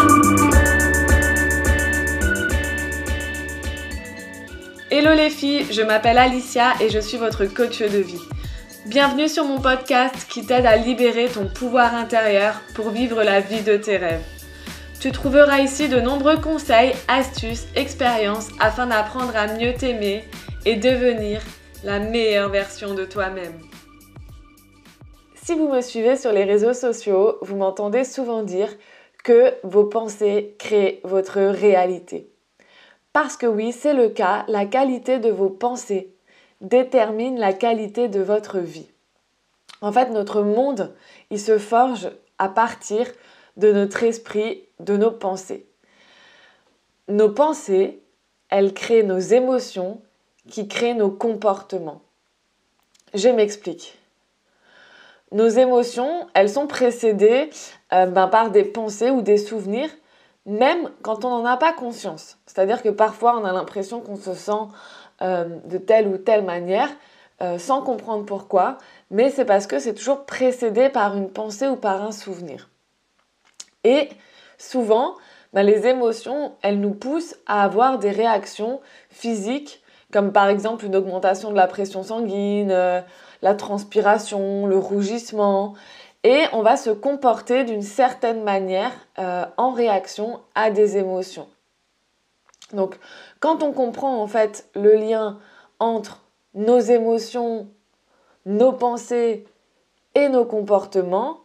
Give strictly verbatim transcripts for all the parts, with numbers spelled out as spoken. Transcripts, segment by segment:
Hello les filles, je m'appelle Alicia et je suis votre coach de vie. Bienvenue sur mon podcast qui t'aide à libérer ton pouvoir intérieur pour vivre la vie de tes rêves. Tu trouveras ici de nombreux conseils, astuces, expériences afin d'apprendre à mieux t'aimer et devenir la meilleure version de toi-même. Si vous me suivez sur les réseaux sociaux, vous m'entendez souvent dire que vos pensées créent votre réalité. Parce que oui, c'est le cas, la qualité de vos pensées détermine la qualité de votre vie. En fait, notre monde, il se forge à partir de notre esprit, de nos pensées. Nos pensées, elles créent nos émotions qui créent nos comportements. Je m'explique. Nos émotions, elles sont précédées euh, ben, par des pensées ou des souvenirs, même quand on n'en a pas conscience. C'est-à-dire que parfois, on a l'impression qu'on se sent euh, de telle ou telle manière, euh, sans comprendre pourquoi, mais c'est parce que c'est toujours précédé par une pensée ou par un souvenir. Et souvent, ben, les émotions, elles nous poussent à avoir des réactions physiques, comme par exemple une augmentation de la pression sanguine, euh, la transpiration, le rougissement, et on va se comporter d'une certaine manière euh, en réaction à des émotions. Donc, quand on comprend en fait le lien entre nos émotions, nos pensées et nos comportements,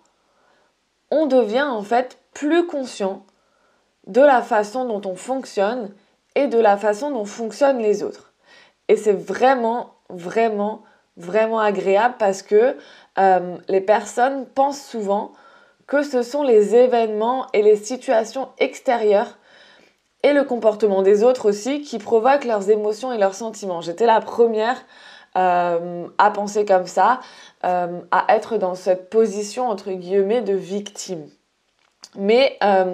on devient en fait plus conscient de la façon dont on fonctionne et de la façon dont fonctionnent les autres. Et c'est vraiment, vraiment, vraiment agréable parce que euh, les personnes pensent souvent que ce sont les événements et les situations extérieures et le comportement des autres aussi qui provoquent leurs émotions et leurs sentiments. J'étais la première euh, à penser comme ça, euh, à être dans cette position entre guillemets de victime. Mais euh,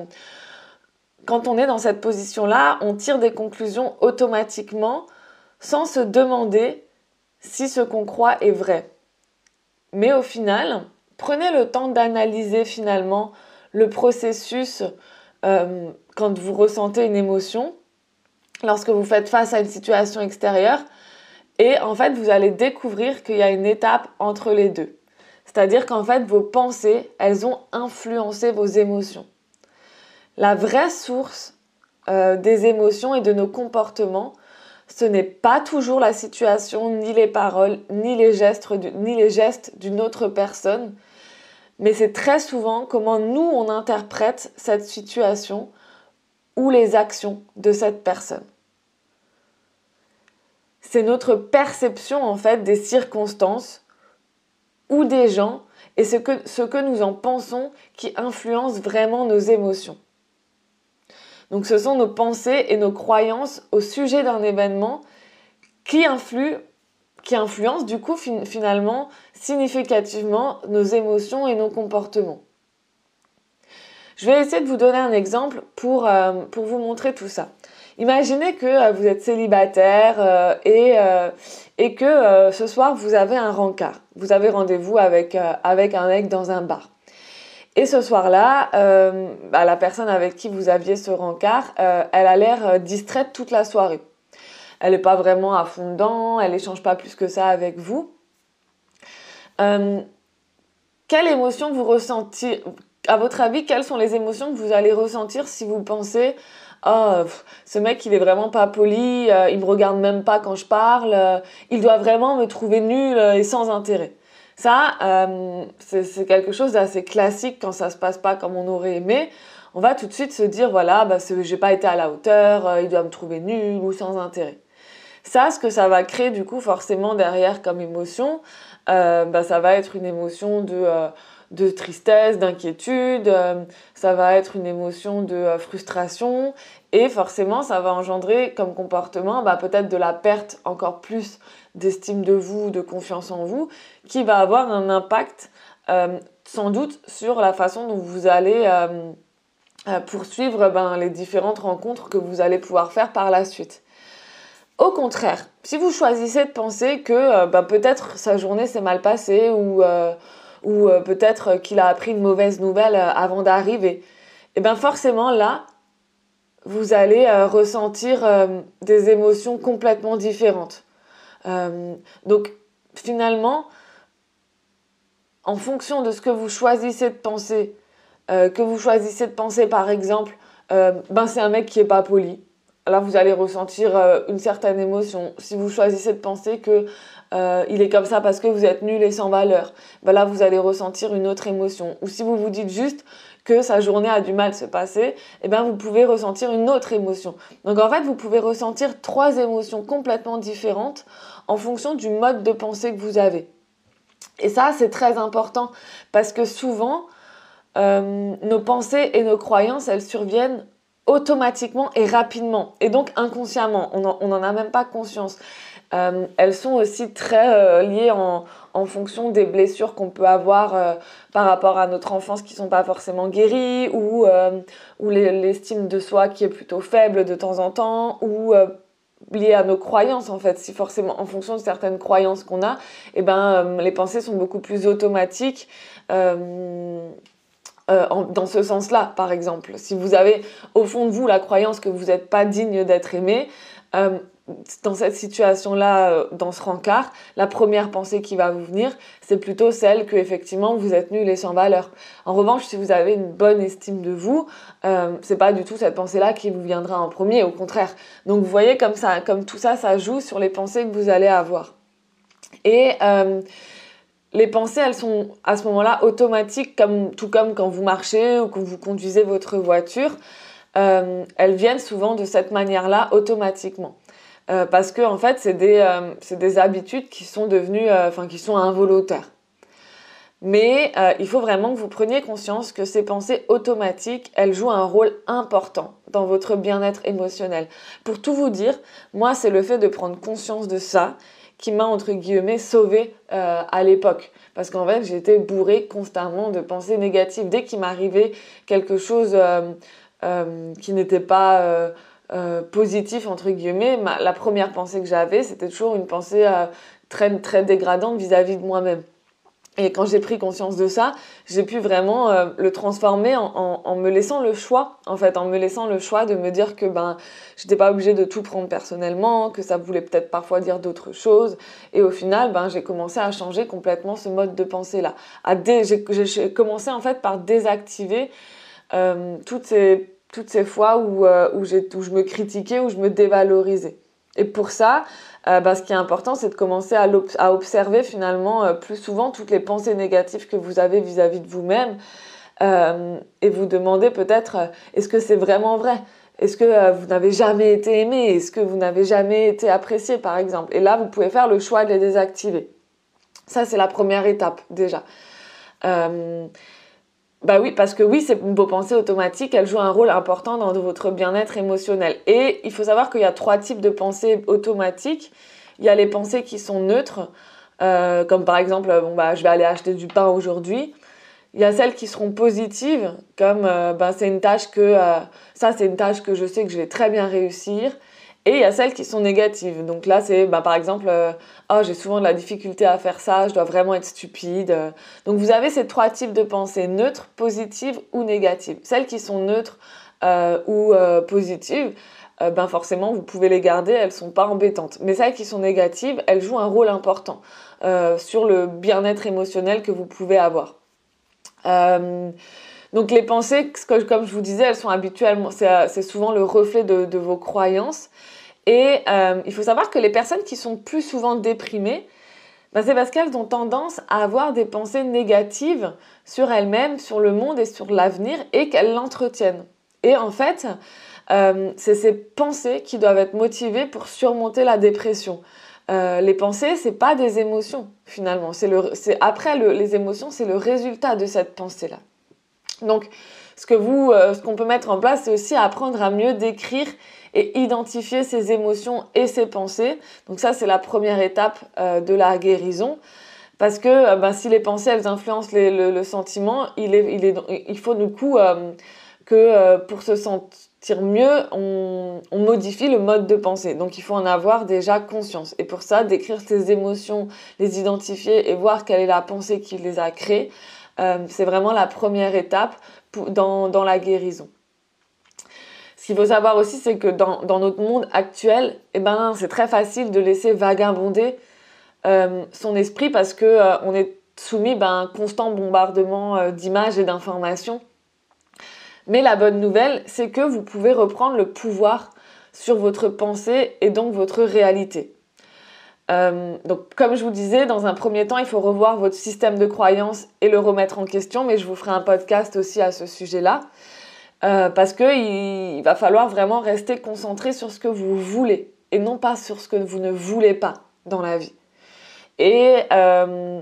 quand on est dans cette position-là, on tire des conclusions automatiquement sans se demander si ce qu'on croit est vrai. Mais au final, prenez le temps d'analyser finalement le processus euh, quand vous ressentez une émotion, lorsque vous faites face à une situation extérieure, et en fait, vous allez découvrir qu'il y a une étape entre les deux. C'est-à-dire qu'en fait, vos pensées, elles ont influencé vos émotions. La vraie source euh, des émotions et de nos comportements, ce n'est pas toujours la situation, ni les paroles, ni les gestes, ni les gestes d'une autre personne, mais c'est très souvent comment nous, on interprète cette situation ou les actions de cette personne. C'est notre perception, en fait, des circonstances ou des gens et ce que, ce que nous en pensons qui influence vraiment nos émotions. Donc ce sont nos pensées et nos croyances au sujet d'un événement qui influent, qui influencent du coup fin, finalement significativement nos émotions et nos comportements. Je vais essayer de vous donner un exemple pour, euh, pour vous montrer tout ça. Imaginez que euh, vous êtes célibataire euh, et, euh, et que euh, ce soir vous avez un rencard. Vous avez rendez-vous avec, euh, avec un mec dans un bar. Et ce soir-là, euh, bah, la personne avec qui vous aviez ce rencard, euh, elle a l'air distraite toute la soirée. Elle n'est pas vraiment à fond dedans, elle n'échange pas plus que ça avec vous. Euh, quelle émotion vous ressentez ? À votre avis, quelles sont les émotions que vous allez ressentir si vous pensez « Oh, ce mec, il est vraiment pas poli, euh, il me regarde même pas quand je parle, euh, il doit vraiment me trouver nul et sans intérêt. » Ça, euh, c'est, c'est quelque chose d'assez classique quand ça se passe pas comme on aurait aimé. On va tout de suite se dire, voilà, bah, c'est, j'ai pas été à la hauteur, euh, il doit me trouver nul ou sans intérêt. Ça, ce que ça va créer du coup forcément derrière comme émotion, euh, bah, ça va être une émotion de, euh, de tristesse, d'inquiétude, euh, ça va être une émotion de euh, frustration et forcément ça va engendrer comme comportement bah, peut-être de la perte encore plus d'estime de vous, de confiance en vous, qui va avoir un impact euh, sans doute sur la façon dont vous allez euh, euh, poursuivre ben, les différentes rencontres que vous allez pouvoir faire par la suite. Au contraire, si vous choisissez de penser que euh, ben, peut-être sa journée s'est mal passée ou, euh, ou euh, peut-être qu'il a appris une mauvaise nouvelle euh, avant d'arriver, et bien forcément là, vous allez euh, ressentir euh, des émotions complètement différentes. Euh, donc finalement, en fonction de ce que vous choisissez de penser, euh, que vous choisissez de penser par exemple, euh, ben c'est un mec qui est pas poli. Là, vous allez ressentir euh, une certaine émotion. Si vous choisissez de penser que euh, il est comme ça parce que vous êtes nul et sans valeur, ben là, vous allez ressentir une autre émotion. Ou si vous vous dites juste que sa journée a du mal à se passer, eh ben, vous pouvez ressentir une autre émotion. Donc en fait, vous pouvez ressentir trois émotions complètement différentes en fonction du mode de pensée que vous avez. Et ça, c'est très important parce que souvent, euh, nos pensées et nos croyances, elles surviennent automatiquement et rapidement, et donc inconsciemment, on n'en a même pas conscience. Euh, elles sont aussi très euh, liées en, en fonction des blessures qu'on peut avoir euh, par rapport à notre enfance qui ne sont pas forcément guéries, ou, euh, ou les, l'estime de soi qui est plutôt faible de temps en temps, ou euh, liées à nos croyances en fait. Si forcément, en fonction de certaines croyances qu'on a, eh ben, euh, les pensées sont beaucoup plus automatiques. Euh, Euh, en, dans ce sens-là, par exemple. Si vous avez au fond de vous la croyance que vous n'êtes pas digne d'être aimé, euh, dans cette situation-là, euh, dans ce rencard, la première pensée qui va vous venir, c'est plutôt celle que effectivement vous êtes nul et sans valeur. En revanche, si vous avez une bonne estime de vous, euh, c'est pas du tout cette pensée-là qui vous viendra en premier, au contraire. Donc vous voyez comme ça, comme tout ça, ça joue sur les pensées que vous allez avoir. Et euh, les pensées, elles sont à ce moment-là automatiques, comme, tout comme quand vous marchez ou quand vous conduisez votre voiture. Euh, elles viennent souvent de cette manière-là, automatiquement. Euh, parce que, en fait, c'est des, euh, c'est des habitudes qui sont devenues, euh, enfin, qui sont involontaires. Mais euh, il faut vraiment que vous preniez conscience que ces pensées automatiques, elles jouent un rôle important dans votre bien-être émotionnel. Pour tout vous dire, moi, c'est le fait de prendre conscience de ça qui m'a, entre guillemets, sauvée euh, à l'époque. Parce qu'en fait, j'étais bourrée constamment de pensées négatives. Dès qu'il m'arrivait quelque chose euh, euh, qui n'était pas euh, euh, positif, entre guillemets, ma, la première pensée que j'avais, c'était toujours une pensée euh, très, très dégradante vis-à-vis de moi-même. Et quand j'ai pris conscience de ça, j'ai pu vraiment euh, le transformer en, en, en me laissant le choix, en fait, en me laissant le choix de me dire que ben, j'étais pas obligée de tout prendre personnellement, que ça voulait peut-être parfois dire d'autres choses. Et au final, ben, j'ai commencé à changer complètement ce mode de pensée-là. À dé- j'ai, j'ai commencé en fait par désactiver euh, toutes ces, toutes ces fois où, euh, où, j'ai, où je me critiquais, où je me dévalorisais. Et pour ça, euh, bah, ce qui est important, c'est de commencer à, à observer finalement euh, plus souvent toutes les pensées négatives que vous avez vis-à-vis de vous-même euh, et vous demander peut-être, euh, est-ce que c'est vraiment vrai ? Est-ce que euh, vous n'avez jamais été aimé ? Est-ce que vous n'avez jamais été apprécié, par exemple ? Et là, vous pouvez faire le choix de les désactiver. Ça, c'est la première étape, déjà. Euh, Bah oui, parce que oui, ces, vos pensées automatiques, elles jouent un rôle important dans votre bien-être émotionnel. Et il faut savoir qu'il y a trois types de pensées automatiques. Il y a les pensées qui sont neutres, euh, comme par exemple, bon bah je vais aller acheter du pain aujourd'hui. Il y a celles qui seront positives, comme euh, bah, c'est une tâche que euh, ça c'est une tâche que je sais que je vais très bien réussir. Et il y a celles qui sont négatives. Donc là, c'est bah, par exemple, euh, oh, j'ai souvent de la difficulté à faire ça, je dois vraiment être stupide. Donc vous avez ces trois types de pensées, neutres, positives ou négatives. Celles qui sont neutres euh, ou euh, positives, euh, ben forcément, vous pouvez les garder, elles ne sont pas embêtantes. Mais celles qui sont négatives, elles jouent un rôle important euh, sur le bien-être émotionnel que vous pouvez avoir. Euh, donc les pensées, comme je vous disais, elles sont habituellement, c'est, c'est souvent le reflet de, de vos croyances. Et euh, il faut savoir que les personnes qui sont plus souvent déprimées, ben c'est parce qu'elles ont tendance à avoir des pensées négatives sur elles-mêmes, sur le monde et sur l'avenir, et qu'elles l'entretiennent. Et en fait, euh, c'est ces pensées qui doivent être motivées pour surmonter la dépression. Euh, les pensées, c'est pas des émotions finalement. C'est le, c'est après le, les émotions, c'est le résultat de cette pensée-là. Donc, ce que vous, euh, ce qu'on peut mettre en place, c'est aussi apprendre à mieux décrire et identifier ses émotions et ses pensées. Donc ça, c'est la première étape euh, de la guérison. Parce que euh, ben, si les pensées, elles influencent les, le, le sentiment, il, est, il, est, il faut du coup euh, que euh, pour se sentir mieux, on, on modifie le mode de pensée. Donc il faut en avoir déjà conscience. Et pour ça, décrire ses émotions, les identifier et voir quelle est la pensée qui les a créées, Euh, c'est vraiment la première étape pour, dans, dans la guérison. Ce qu'il faut savoir aussi, c'est que dans, dans notre monde actuel, eh ben, c'est très facile de laisser vagabonder euh, son esprit parce qu'on euh, est soumis ben, à un constant bombardement euh, d'images et d'informations. Mais la bonne nouvelle, c'est que vous pouvez reprendre le pouvoir sur votre pensée et donc votre réalité. Euh, donc, comme je vous disais, dans un premier temps, il faut revoir votre système de croyances et le remettre en question, mais je vous ferai un podcast aussi à ce sujet-là, euh, parce qu'il il va falloir vraiment rester concentré sur ce que vous voulez et non pas sur ce que vous ne voulez pas dans la vie. Et euh,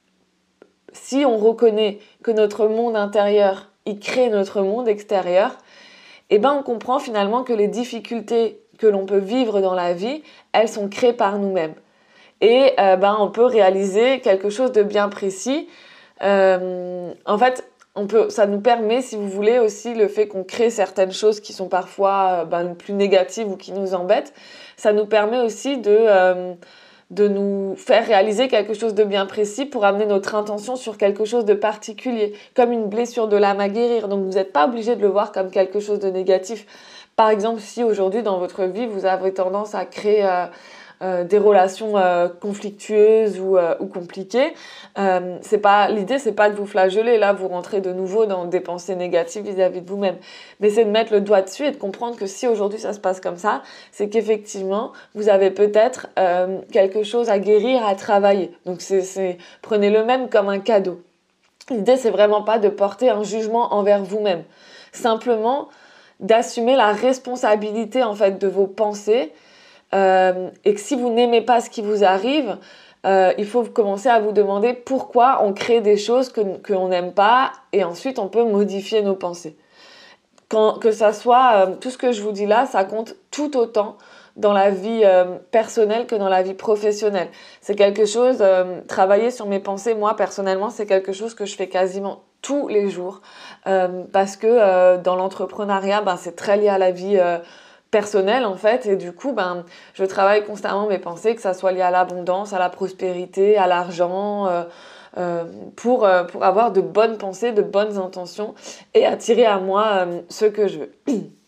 si on reconnaît que notre monde intérieur il crée notre monde extérieur, et ben on comprend finalement que les difficultés que l'on peut vivre dans la vie, elles sont créées par nous-mêmes. Et euh, ben on peut réaliser quelque chose de bien précis. Euh, en fait, on peut, ça nous permet, si vous voulez, aussi le fait qu'on crée certaines choses qui sont parfois ben, plus négatives ou qui nous embêtent, ça nous permet aussi de... Euh, de nous faire réaliser quelque chose de bien précis pour amener notre intention sur quelque chose de particulier, comme une blessure de l'âme à guérir. Donc vous n'êtes pas obligé de le voir comme quelque chose de négatif. Par exemple, si aujourd'hui dans votre vie, vous avez tendance à créer euh, euh, des relations euh, conflictueuses ou, euh, ou compliquées, euh, c'est pas, l'idée c'est pas de vous flageller, là vous rentrez de nouveau dans des pensées négatives vis-à-vis de vous-même, mais c'est de mettre le doigt dessus et de comprendre que si aujourd'hui ça se passe comme ça, c'est qu'effectivement vous avez peut-être euh, quelque chose à guérir, à travailler. Donc c'est, c'est, prenez-le même comme un cadeau. L'idée c'est vraiment pas de porter un jugement envers vous-même, simplement d'assumer la responsabilité en fait de vos pensées. Euh, et que si vous n'aimez pas ce qui vous arrive, euh, il faut commencer à vous demander pourquoi on crée des choses que, que l'on n'aime pas et ensuite on peut modifier nos pensées. Quand, que ça soit, euh, tout ce que je vous dis là, ça compte tout autant dans la vie euh, personnelle que dans la vie professionnelle. C'est quelque chose, euh, travailler sur mes pensées, moi personnellement, c'est quelque chose que je fais quasiment tous les jours euh, parce que euh, dans l'entrepreneuriat, ben, c'est très lié à la vie euh, personnel en fait, et du coup ben je travaille constamment mes pensées, que ça soit lié à l'abondance, à la prospérité, à l'argent, euh, euh, pour euh, pour avoir de bonnes pensées, de bonnes intentions et attirer à moi euh, ce que je veux.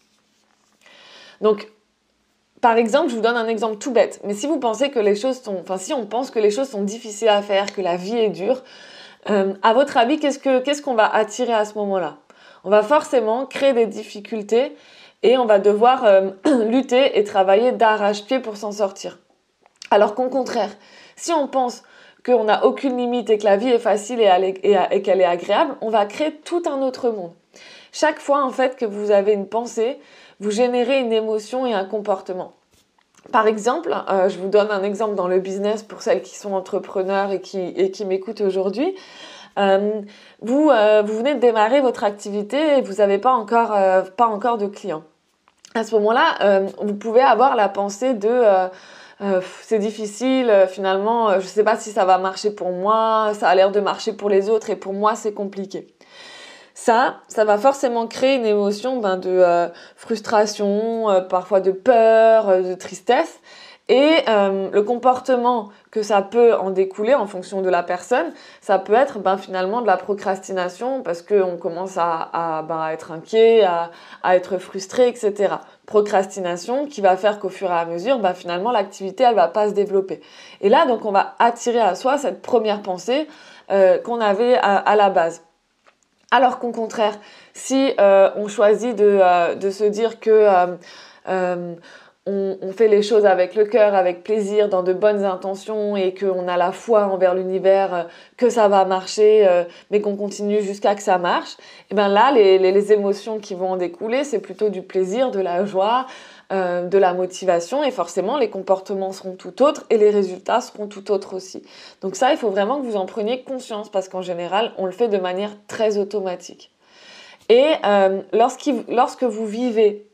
Donc par exemple, je vous donne un exemple tout bête, mais si vous pensez que les choses sont, enfin si on pense que les choses sont difficiles à faire, que la vie est dure, euh, à votre avis, qu'est-ce que qu'est-ce qu'on va attirer à ce moment-là? On va forcément créer des difficultés. Et on va devoir euh, lutter et travailler d'arrache-pied pour s'en sortir. Alors qu'au contraire, si on pense qu'on n'a aucune limite et que la vie est facile et, et, et qu'elle est agréable, on va créer tout un autre monde. Chaque fois en fait que vous avez une pensée, vous générez une émotion et un comportement. Par exemple, euh, je vous donne un exemple dans le business pour celles qui sont entrepreneurs et qui, et qui m'écoutent aujourd'hui. Euh, vous, euh, vous venez de démarrer votre activité et vous n'avez pas encore, euh, pas encore de clients. À ce moment-là, euh, vous pouvez avoir la pensée de euh, euh, c'est difficile, euh, finalement, euh, je ne sais pas si ça va marcher pour moi, ça a l'air de marcher pour les autres et pour moi c'est compliqué. Ça, ça va forcément créer une émotion ben, de euh, frustration, euh, parfois de peur, euh, de tristesse. Et euh, le comportement que ça peut en découler en fonction de la personne, ça peut être ben, finalement de la procrastination parce qu'on commence à, à, ben, à être inquiet, à, à être frustré, et cetera. Procrastination qui va faire qu'au fur et à mesure, ben, finalement, l'activité, elle va pas se développer. Et là, donc, on va attirer à soi cette première pensée euh, qu'on avait à, à la base. Alors qu'au contraire, si euh, on choisit de, euh, de se dire que... Euh, euh, On, on fait les choses avec le cœur, avec plaisir, dans de bonnes intentions et qu'on a la foi envers l'univers, euh, que ça va marcher, euh, mais qu'on continue jusqu'à que ça marche, et bien là, les, les, les émotions qui vont en découler, c'est plutôt du plaisir, de la joie, euh, de la motivation, et forcément, les comportements seront tout autres et les résultats seront tout autres aussi. Donc ça, il faut vraiment que vous en preniez conscience parce qu'en général, on le fait de manière très automatique. Et euh, lorsque vous vivez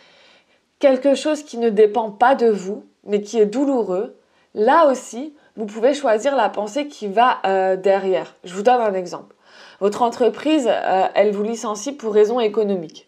quelque chose qui ne dépend pas de vous, mais qui est douloureux, là aussi, vous pouvez choisir la pensée qui va euh, derrière. Je vous donne un exemple. Votre entreprise, euh, elle vous licencie pour raisons économiques.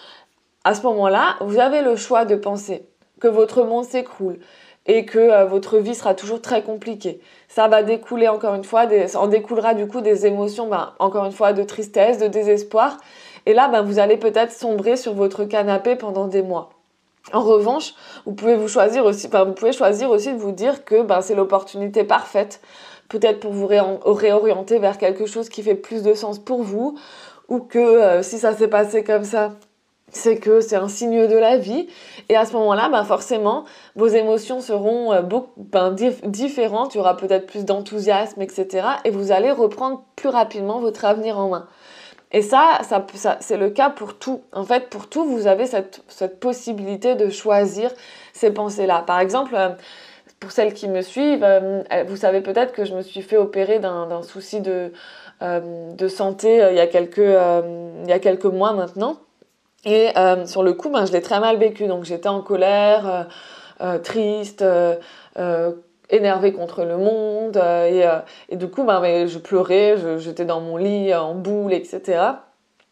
À ce moment-là, vous avez le choix de penser que votre monde s'écroule et que euh, votre vie sera toujours très compliquée. Ça va découler encore une fois, des, ça en découlera du coup des émotions, ben, encore une fois, de tristesse, de désespoir. Et là, ben, vous allez peut-être sombrer sur votre canapé pendant des mois. En revanche, vous pouvez vous choisir aussi, enfin, vous pouvez choisir aussi de vous dire que ben, c'est l'opportunité parfaite, peut-être pour vous ré- réorienter vers quelque chose qui fait plus de sens pour vous, ou que euh, si ça s'est passé comme ça, c'est que c'est un signe de la vie. Et à ce moment-là, ben forcément, vos émotions seront euh, beaucoup, ben, dif- différentes. Il y aura peut-être plus d'enthousiasme, et cetera. Et vous allez reprendre plus rapidement votre avenir en main. Et ça, ça, ça c'est le cas pour tout. En fait, pour tout, vous avez cette, cette possibilité de choisir ces pensées-là. Par exemple, euh, pour celles qui me suivent, euh, vous savez peut-être que je me suis fait opérer d'un, d'un souci de, euh, de santé euh, il y a quelques, euh, il y a quelques mois maintenant. Et euh, sur le coup, ben, je l'ai très mal vécu. Donc j'étais en colère, euh, euh, triste, euh, euh, énervée contre le monde. Euh, et, euh, et du coup, ben, mais je pleurais, je, j'étais dans mon lit en boule, et cetera.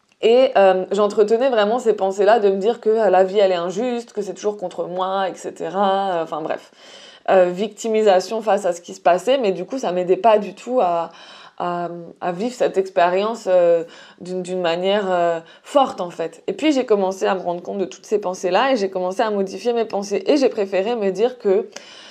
Et euh, j'entretenais vraiment ces pensées-là de me dire que euh, la vie, elle est injuste, que c'est toujours contre moi, et cetera. Enfin bref, euh, victimisation face à ce qui se passait. Mais du coup, ça m'aidait pas du tout à... À, à vivre cette expérience euh, d'une, d'une manière euh, forte en fait. Et puis j'ai commencé à me rendre compte de toutes ces pensées-là et j'ai commencé à modifier mes pensées. Et j'ai préféré me dire que,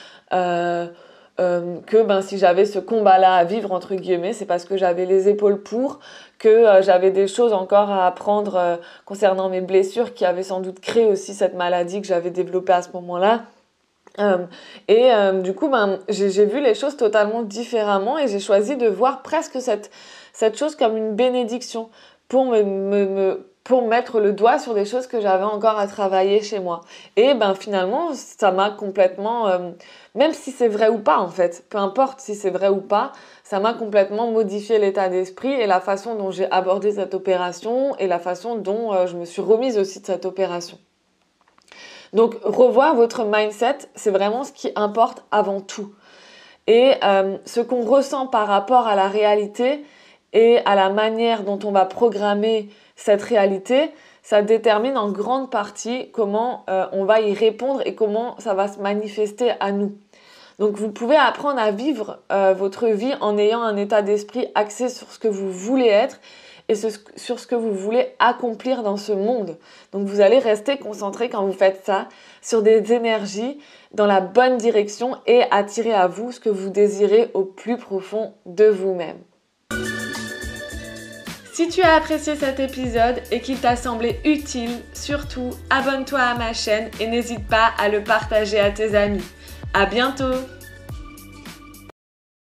euh, euh, que ben, si j'avais ce combat-là à vivre, entre guillemets, c'est parce que j'avais les épaules pour, que euh, j'avais des choses encore à apprendre euh, concernant mes blessures qui avaient sans doute créé aussi cette maladie que j'avais développée à ce moment-là. Euh, et euh, du coup, ben, j'ai, j'ai vu les choses totalement différemment et j'ai choisi de voir presque cette, cette chose comme une bénédiction pour, me, me, me, pour mettre le doigt sur des choses que j'avais encore à travailler chez moi. Et ben, finalement, ça m'a complètement, euh, même si c'est vrai ou pas en fait, peu importe si c'est vrai ou pas, ça m'a complètement modifié l'état d'esprit et la façon dont j'ai abordé cette opération et la façon dont euh, je me suis remise aussi de cette opération. Donc, revoir votre mindset, c'est vraiment ce qui importe avant tout. Et euh, ce qu'on ressent par rapport à la réalité et à la manière dont on va programmer cette réalité, ça détermine en grande partie comment euh, on va y répondre et comment ça va se manifester à nous. Donc, vous pouvez apprendre à vivre euh, votre vie en ayant un état d'esprit axé sur ce que vous voulez être et ce, sur ce que vous voulez accomplir dans ce monde. Donc vous allez rester concentré quand vous faites ça sur des énergies dans la bonne direction et attirer à vous ce que vous désirez au plus profond de vous-même. Si tu as apprécié cet épisode et qu'il t'a semblé utile, surtout abonne-toi à ma chaîne et n'hésite pas à le partager à tes amis. À bientôt!